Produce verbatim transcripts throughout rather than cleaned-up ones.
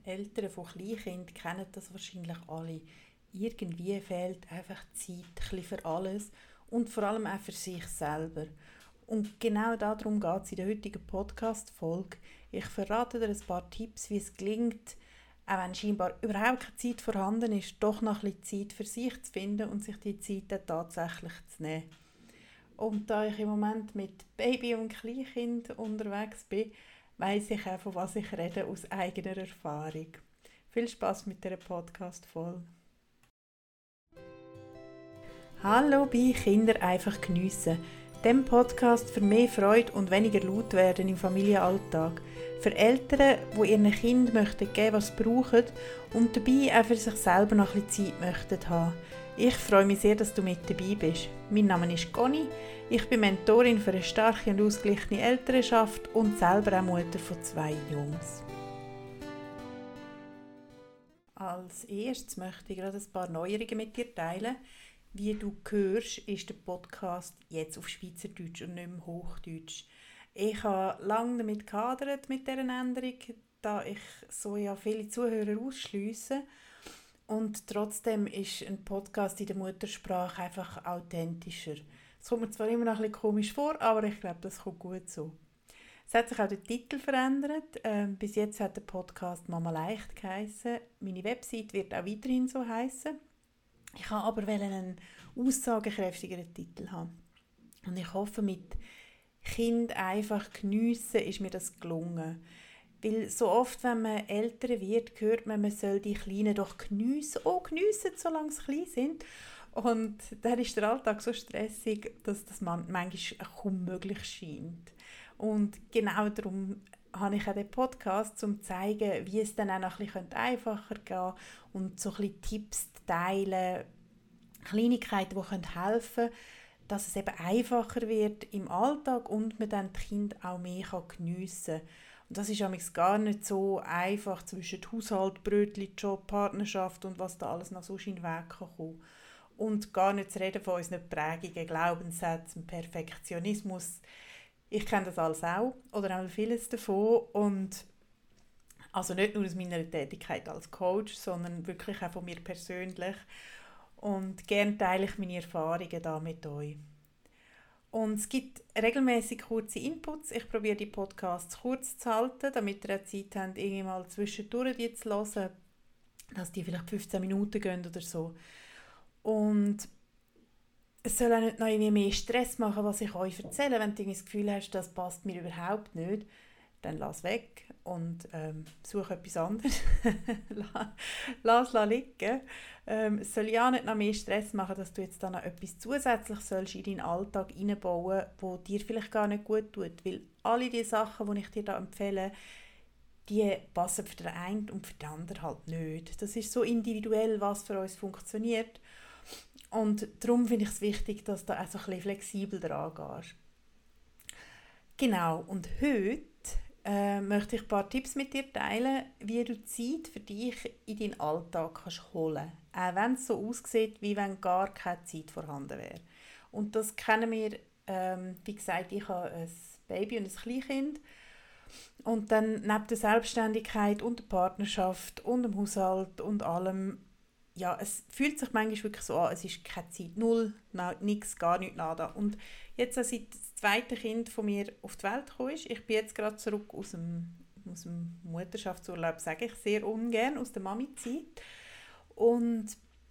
Eltern von Kleinkindern kennen das wahrscheinlich alle. Irgendwie fehlt einfach Zeit ein bisschen für alles und vor allem auch für sich selber. Und genau darum geht es in der heutigen Podcast-Folge. Ich verrate dir ein paar Tipps, wie es gelingt, auch wenn scheinbar überhaupt keine Zeit vorhanden ist, doch noch ein bisschen Zeit für sich zu finden und sich die Zeit dann tatsächlich zu nehmen. Und da ich im Moment mit Baby und Kleinkind unterwegs bin, weiss ich auch, von was ich rede, aus eigener Erfahrung. Viel Spass mit dieser Podcast-Folge. Hallo bei Kinder einfach geniessen, dem Podcast für mehr Freude und weniger laut werden im Familienalltag. Für Eltern, die ihren Kindern möchten geben, was sie brauchen und dabei auch für sich selber noch ein bisschen Zeit möchten haben. Ich freue mich sehr, dass du mit dabei bist. Mein Name ist Conny, ich bin Mentorin für eine starke und ausgeglichene Elternschaft und selber auch Mutter von zwei Jungs. Als erstes möchte ich gerade ein paar Neuerungen mit dir teilen. Wie du hörst, ist der Podcast jetzt auf Schweizerdeutsch und nicht mehr Hochdeutsch. Ich habe lange damit gehadert mit dieser Änderung, da ich so ja viele Zuhörer ausschliesse. Und trotzdem ist ein Podcast in der Muttersprache einfach authentischer. Es kommt mir zwar immer noch ein bisschen komisch vor, aber ich glaube, das kommt gut so. Es hat sich auch der Titel verändert. Ähm, bis jetzt hat der Podcast «Mama leicht» geheissen. Meine Website wird auch weiterhin so heissen. Ich wollte aber einen aussagekräftigeren Titel haben. Und ich hoffe, mit «Kind einfach geniessen» ist mir das gelungen. Weil so oft, wenn man älter wird, hört man, man soll die Kleinen doch geniessen. Oh, geniessen, solange sie klein sind. Und dann ist der Alltag so stressig, dass das manchmal kaum möglich scheint. Und genau darum habe ich auch den Podcast, um zu zeigen, wie es dann auch noch ein bisschen einfacher gehen könnte und so ein bisschen Tipps teilen, Kleinigkeiten, die helfen können, dass es eben einfacher wird im Alltag und man dann die Kinder auch mehr geniessen kann. Und das ist manchmal gar nicht so einfach zwischen Haushalt, Brötchen, Job, Partnerschaft und was da alles noch so in den Weg kann kommen. Und gar nicht zu reden von unseren Prägungen, Glaubenssätzen, Perfektionismus. Ich kenne das alles auch oder auch vieles davon. Und also nicht nur aus meiner Tätigkeit als Coach, sondern wirklich auch von mir persönlich. Und gerne teile ich meine Erfahrungen da mit euch. Und es gibt regelmäßig kurze Inputs. Ich probiere die Podcasts kurz zu halten, damit ihr auch Zeit habt, irgendwie mal zwischendurch die zu hören, dass die vielleicht fünfzehn Minuten gehen oder so. Und es soll auch nicht noch irgendwie mehr Stress machen, was ich euch erzähle. Wenn du das Gefühl hast, das passt mir überhaupt nicht, dann lass weg und ähm, suche etwas anderes. lass es liegen. Ähm, es soll ja nicht noch mehr Stress machen, dass du jetzt dann noch etwas zusätzlich sollst in deinen Alltag einbauen sollst, was dir vielleicht gar nicht gut tut. Weil alle die Sachen, die ich dir da empfehle, die passen für den einen und für den anderen halt nicht. Das ist so individuell, was für uns funktioniert. Und darum finde ich es wichtig, dass du auch so ein bisschen flexibel daran gehst. Genau, und heute äh, möchte ich ein paar Tipps mit dir teilen, wie du Zeit für dich in deinen Alltag kannst holen kannst. Auch wenn es so aussieht, wie wenn gar keine Zeit vorhanden wäre. Und das kennen wir, ähm, wie gesagt, ich habe ein Baby und ein Kleinkind. Und dann neben der Selbstständigkeit und der Partnerschaft und dem Haushalt und allem, ja, es fühlt sich manchmal wirklich so an, es ist keine Zeit, null, nichts, gar nichts, nada. Und jetzt, seit das zweite Kind von mir auf die Welt gekommen ist, ich bin jetzt gerade zurück aus dem, aus dem Mutterschaftsurlaub, sage ich sehr ungern, aus der Mami-Zeit. Und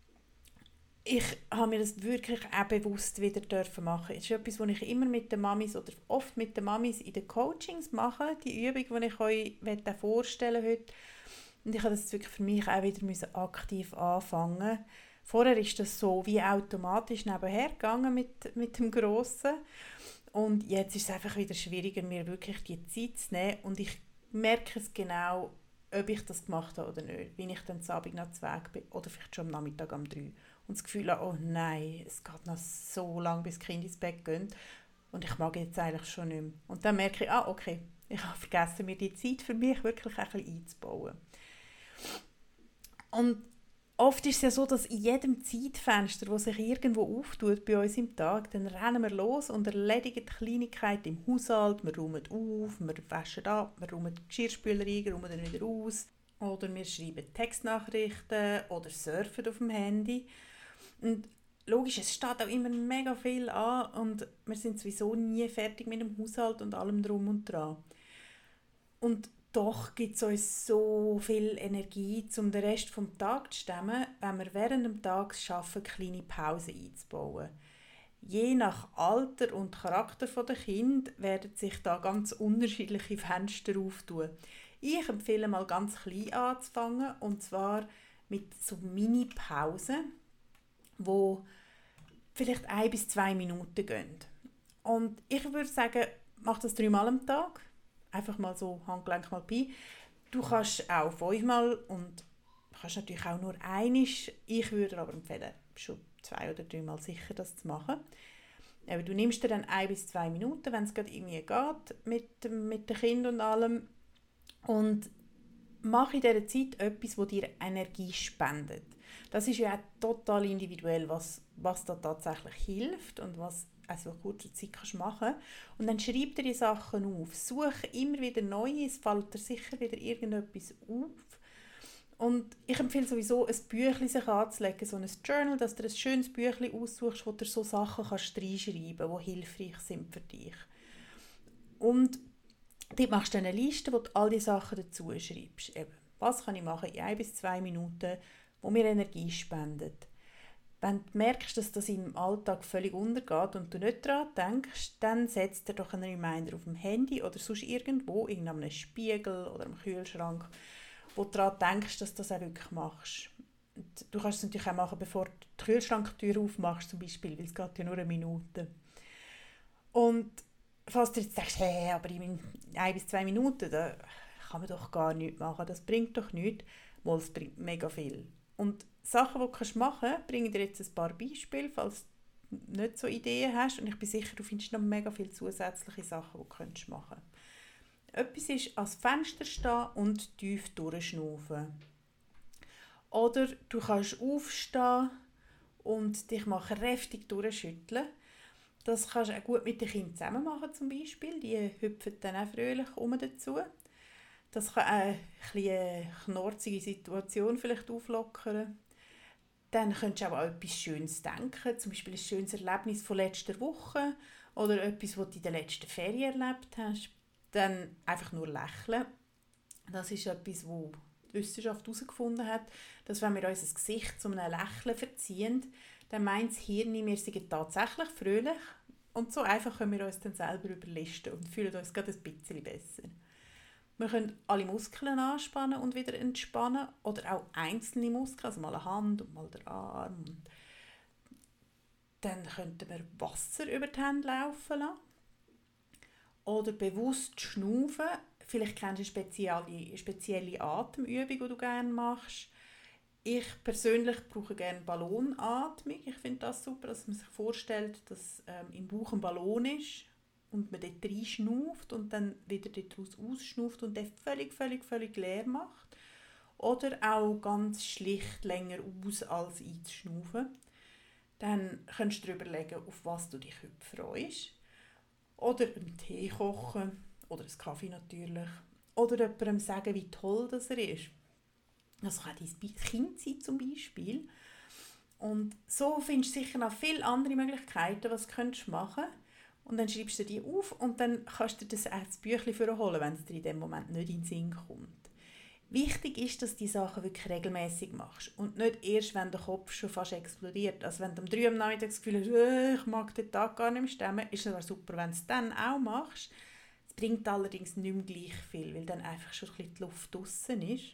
ich habe mir das wirklich auch bewusst wieder dürfen machen. Es ist etwas, was ich immer mit den Mamis oder oft mit den Mamis in den Coachings mache, die Übung, die ich euch vorstellen möchte heute. Und ich habe das wirklich für mich auch wieder aktiv anfangen. Vorher ist das so wie automatisch nebenher gegangen mit, mit dem Grossen. Und jetzt ist es einfach wieder schwieriger, mir wirklich die Zeit zu nehmen. Und ich merke es genau, ob ich das gemacht habe oder nicht. Wenn ich dann am Abend noch zu Weg bin oder vielleicht schon am Nachmittag um drei. Und das Gefühl habe, oh nein, es geht noch so lange, bis die Kinder ins Bett gehen. Und ich mag jetzt eigentlich schon nicht mehr. Und dann merke ich, ah okay, ich habe vergessen, mir die Zeit für mich wirklich ein bisschen einzubauen. Und oft ist es ja so, dass in jedem Zeitfenster, das sich irgendwo auftut bei uns im Tag, dann rennen wir los und erledigen Kleinigkeiten im Haushalt, wir räumen auf, wir waschen ab, wir räumen die Geschirrspüler ein, räumen dann wieder aus. oder wir schreiben Textnachrichten oder surfen auf dem Handy. Und logisch, es steht auch immer mega viel an und wir sind sowieso nie fertig mit dem Haushalt und allem drum und dran. Und doch gibt es uns so viel Energie, um den Rest des Tages zu stemmen, wenn wir während dem Tag es schaffen, kleine Pausen einzubauen. Je nach Alter und Charakter der Kinder werden sich da ganz unterschiedliche Fenster auftun. Ich empfehle mal ganz klein anzufangen, und zwar mit so Mini-Pausen, die vielleicht ein bis zwei Minuten gehen. Und ich würde sagen, mach das dreimal am Tag. Einfach mal so Handgelenk mal bei. Du kannst auch fünfmal und kannst natürlich auch nur einisch. Ich würde aber empfehlen, schon zwei oder dreimal sicher das zu machen. Aber du nimmst dir dann ein bis zwei Minuten, wenn es gerade irgendwie geht, mit, mit den Kindern und allem. Und mach in dieser Zeit etwas, das dir Energie spendet. Das ist ja auch total individuell, was, was da tatsächlich hilft und was also in kurzer Zeit kannst machen. Und dann schreib dir die Sachen auf. Suche immer wieder Neues, es fällt dir sicher wieder irgendetwas auf. Und ich empfehle sowieso, ein Büchlein sich anzulegen, so ein Journal, dass du ein schönes Büchlein aussuchst, wo du so Sachen kannst reinschreiben kannst, die hilfreich sind für dich. Und dort machst du eine Liste, wo du all die Sachen dazu schreibst. Eben, was kann ich machen in ein bis zwei Minuten, wo mir Energie spendet. Wenn du merkst, dass das im Alltag völlig untergeht und du nicht daran denkst, dann setz dir doch einen Reminder auf dem Handy oder sonst irgendwo, in einem Spiegel oder im Kühlschrank, wo du daran denkst, dass du das auch wirklich machst. Und du kannst es natürlich auch machen, bevor du die Kühlschranktür aufmachst, zum Beispiel, weil es geht ja nur eine Minute. Und falls du jetzt denkst, hey, aber in ein bis zwei Minuten, da kann man doch gar nichts machen, das bringt doch nichts, weil es bringt mega viel. Und Sachen, die du machen kannst, bringe dir jetzt ein paar Beispiele, falls du nicht so Ideen hast. Und ich bin sicher, du findest noch mega viele zusätzliche Sachen, die du machen kannst. Etwas ist ans Fenster stehen und tief durchschnaufen. Oder du kannst aufstehen und dich mal kräftig durchschütteln. Das kannst du auch gut mit den Kindern zusammen machen, zum Beispiel. Die hüpfen dann auch fröhlich um dazu. Das kann auch eine knorzige Situation vielleicht auflockern. Dann könntest du auch an etwas Schönes denken, zum Beispiel ein schönes Erlebnis von letzter Woche oder etwas, was du in der letzten Ferien erlebt hast. Dann einfach nur lächeln. Das ist etwas, was die Wissenschaft herausgefunden hat, dass wenn wir unser Gesicht zu einem Lächeln verziehen, dann meint das Hirn, wir sind tatsächlich fröhlich und so einfach können wir uns dann selber überlisten und fühlen uns gerade ein bisschen besser. Wir können alle Muskeln anspannen und wieder entspannen oder auch einzelne Muskeln, also mal eine Hand und mal den Arm. Und dann könnten wir Wasser über die Hände laufen lassen. Oder bewusst schnaufen. Vielleicht kennst du eine spezielle, spezielle Atemübung, die du gerne machst. Ich persönlich brauche gerne Ballonatmung. Ich finde das super, dass man sich vorstellt, dass ähm, im Bauch ein Ballon ist und man dort reinschnauft und dann wieder daraus ausschnauft und den völlig, völlig, völlig leer macht. Oder auch ganz schlicht länger aus als einzuschnaufen. Dann kannst du dir überlegen, auf was du dich heute freust. Oder einen Tee kochen oder einen Kaffee natürlich. Oder jemandem sagen, wie toll das er ist. Das kann dein Kind sein zum Beispiel. Und so findest du sicher noch viele andere Möglichkeiten, was du machen könntest. Und dann schreibst du die auf und dann kannst du das als Büchlein vorholen, wenn es dir in dem Moment nicht in den Sinn kommt. Wichtig ist, dass du die Sachen wirklich regelmäßig machst und nicht erst, wenn der Kopf schon fast explodiert. Also wenn du um drei Uhr am Nachmittag das Gefühl hast, äh, ich mag den Tag gar nicht mehr stemmen, ist es aber super, wenn du es dann auch machst. Es bringt allerdings nicht mehr gleich viel, weil dann einfach schon ein bisschen die Luft draussen ist.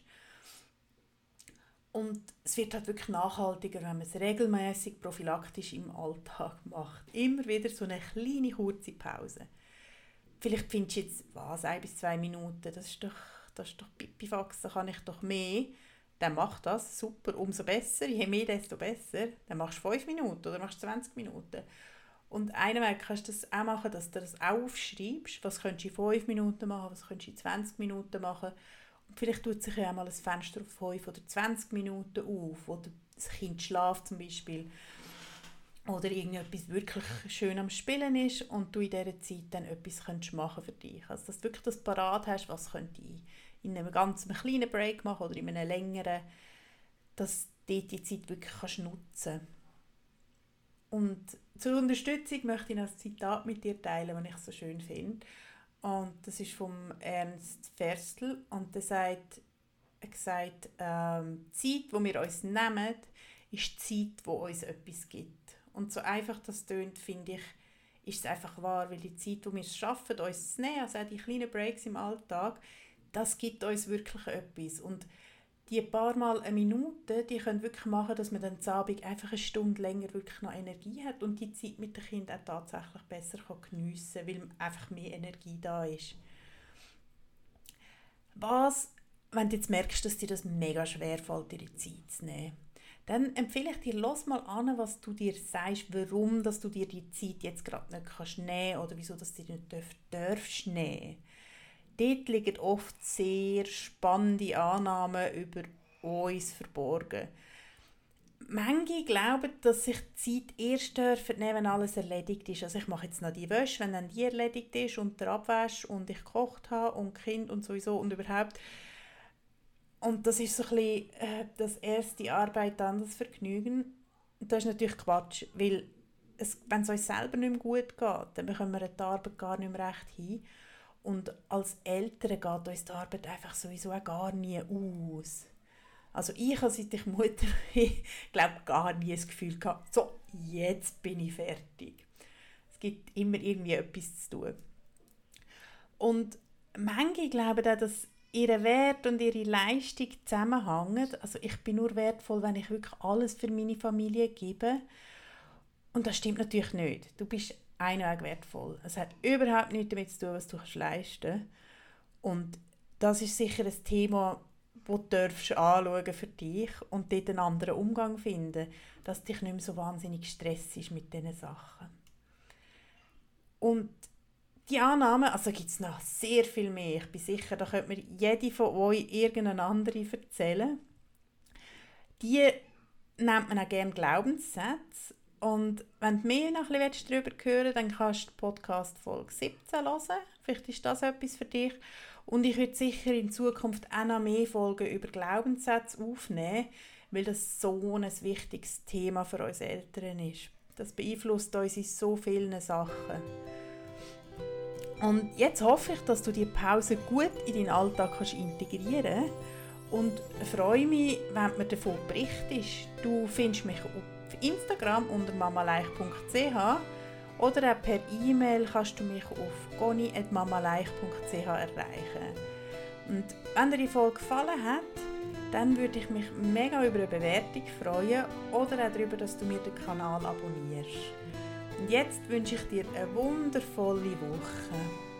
Und es wird halt wirklich nachhaltiger, wenn man es regelmäßig prophylaktisch im Alltag macht. Immer wieder so eine kleine, kurze Pause. Vielleicht findest du jetzt, was, ein bis zwei Minuten, das ist doch, das ist doch Pipifax, da kann ich doch mehr. Dann mach das, super, umso besser, je mehr, desto besser. Dann machst du fünf Minuten oder machst zwanzig Minuten. Und einen Weg kannst du das auch machen, dass du das aufschreibst, was könntest du in fünf Minuten machen, was könntest du in zwanzig Minuten machen. Vielleicht tut sich ja auch mal ein Fenster auf fünf oder zwanzig Minuten auf, wo das Kind schläft zum Beispiel. Oder irgendetwas wirklich schön am Spielen ist und du in dieser Zeit dann etwas machen für dich. Also dass du wirklich das parat hast, was könnte in, in einem ganz kleinen Break machen oder in einem längeren, dass du die Zeit wirklich kannst nutzen kannst. Und zur Unterstützung möchte ich noch ein Zitat mit dir teilen, das ich so schön finde. Und das ist vom Ernst Ferstel. Und der sagt, er sagt, ähm, die Zeit, die wir uns nehmen, ist die Zeit, die uns etwas gibt. Und so einfach das tönt, finde ich, ist es einfach wahr, weil die Zeit, die wir es schaffen, uns zu nehmen, also auch die kleinen Breaks im Alltag, das gibt uns wirklich etwas. Und die paar Mal eine Minute, die können wirklich machen, dass man dann am Abend einfach eine Stunde länger wirklich noch Energie hat und die Zeit mit den Kindern auch tatsächlich besser geniessen kann, weil einfach mehr Energie da ist. Was, wenn du jetzt merkst, dass dir das mega schwer fällt, dir die Zeit zu nehmen, dann empfehle ich dir, lass mal an, was du dir sagst, warum dass du dir die Zeit jetzt gerade nicht kannst nehmen oder wieso dass du die nicht darf, darfst nehmen. Dort liegen oft sehr spannende Annahmen über uns verborgen. Manche glauben, dass sich die Zeit erst dürfen nehmen, wenn alles erledigt ist. Also ich mache jetzt noch die Wäsche, wenn dann die erledigt ist und der Abwasch und ich gekocht habe und Kind und sowieso und überhaupt. Und das ist so ein bisschen äh, das erste Arbeit, dann das Vergnügen. Und das ist natürlich Quatsch, weil es, wenn es uns selber nicht mehr gut geht, dann bekommen wir die Arbeit gar nicht mehr recht hin. Und als Eltern geht uns die Arbeit einfach sowieso auch gar nie aus. Also ich habe, seit ich Mutter bin, glaube gar nie das Gefühl gehabt, so, jetzt bin ich fertig. Es gibt immer irgendwie etwas zu tun. Und manche glauben auch, dass ihr Wert und ihre Leistung zusammenhängen. Also ich bin nur wertvoll, wenn ich wirklich alles für meine Familie gebe. Und das stimmt natürlich nicht. Du bist einweg wertvoll. Es hat überhaupt nichts damit zu tun, was du leisten kannst. Und das ist sicher ein Thema, das du darfst anschauen für dich und dort einen anderen Umgang finden, dass dich nicht mehr so wahnsinnig stressig mit diesen Sachen. Und die Annahme, also gibt es noch sehr viel mehr. Ich bin sicher, da könnte mir jede von euch irgendeine andere erzählen. Die nennt man auch gerne Glaubenssätze. Und wenn du mehr noch ein bisschen darüber hören willst, dann kannst du die Podcast-Folge siebzehn hören. Vielleicht ist das etwas für dich. Und ich würde sicher in Zukunft auch noch mehr Folgen über Glaubenssätze aufnehmen, weil das so ein wichtiges Thema für uns Eltern ist. Das beeinflusst uns in so vielen Sachen. Und jetzt hoffe ich, dass du die Pause gut in deinen Alltag kannst integrieren kannst. Und freue mich, wenn du mir davon berichtest. Du findest mich auf Instagram unter mamaleich punkt c h oder auch per E-Mail kannst du mich auf goni at mamaleich punkt c h erreichen. Und wenn dir die Folge gefallen hat, dann würde ich mich mega über eine Bewertung freuen oder auch darüber, dass du mir den Kanal abonnierst. Und jetzt wünsche ich dir eine wundervolle Woche.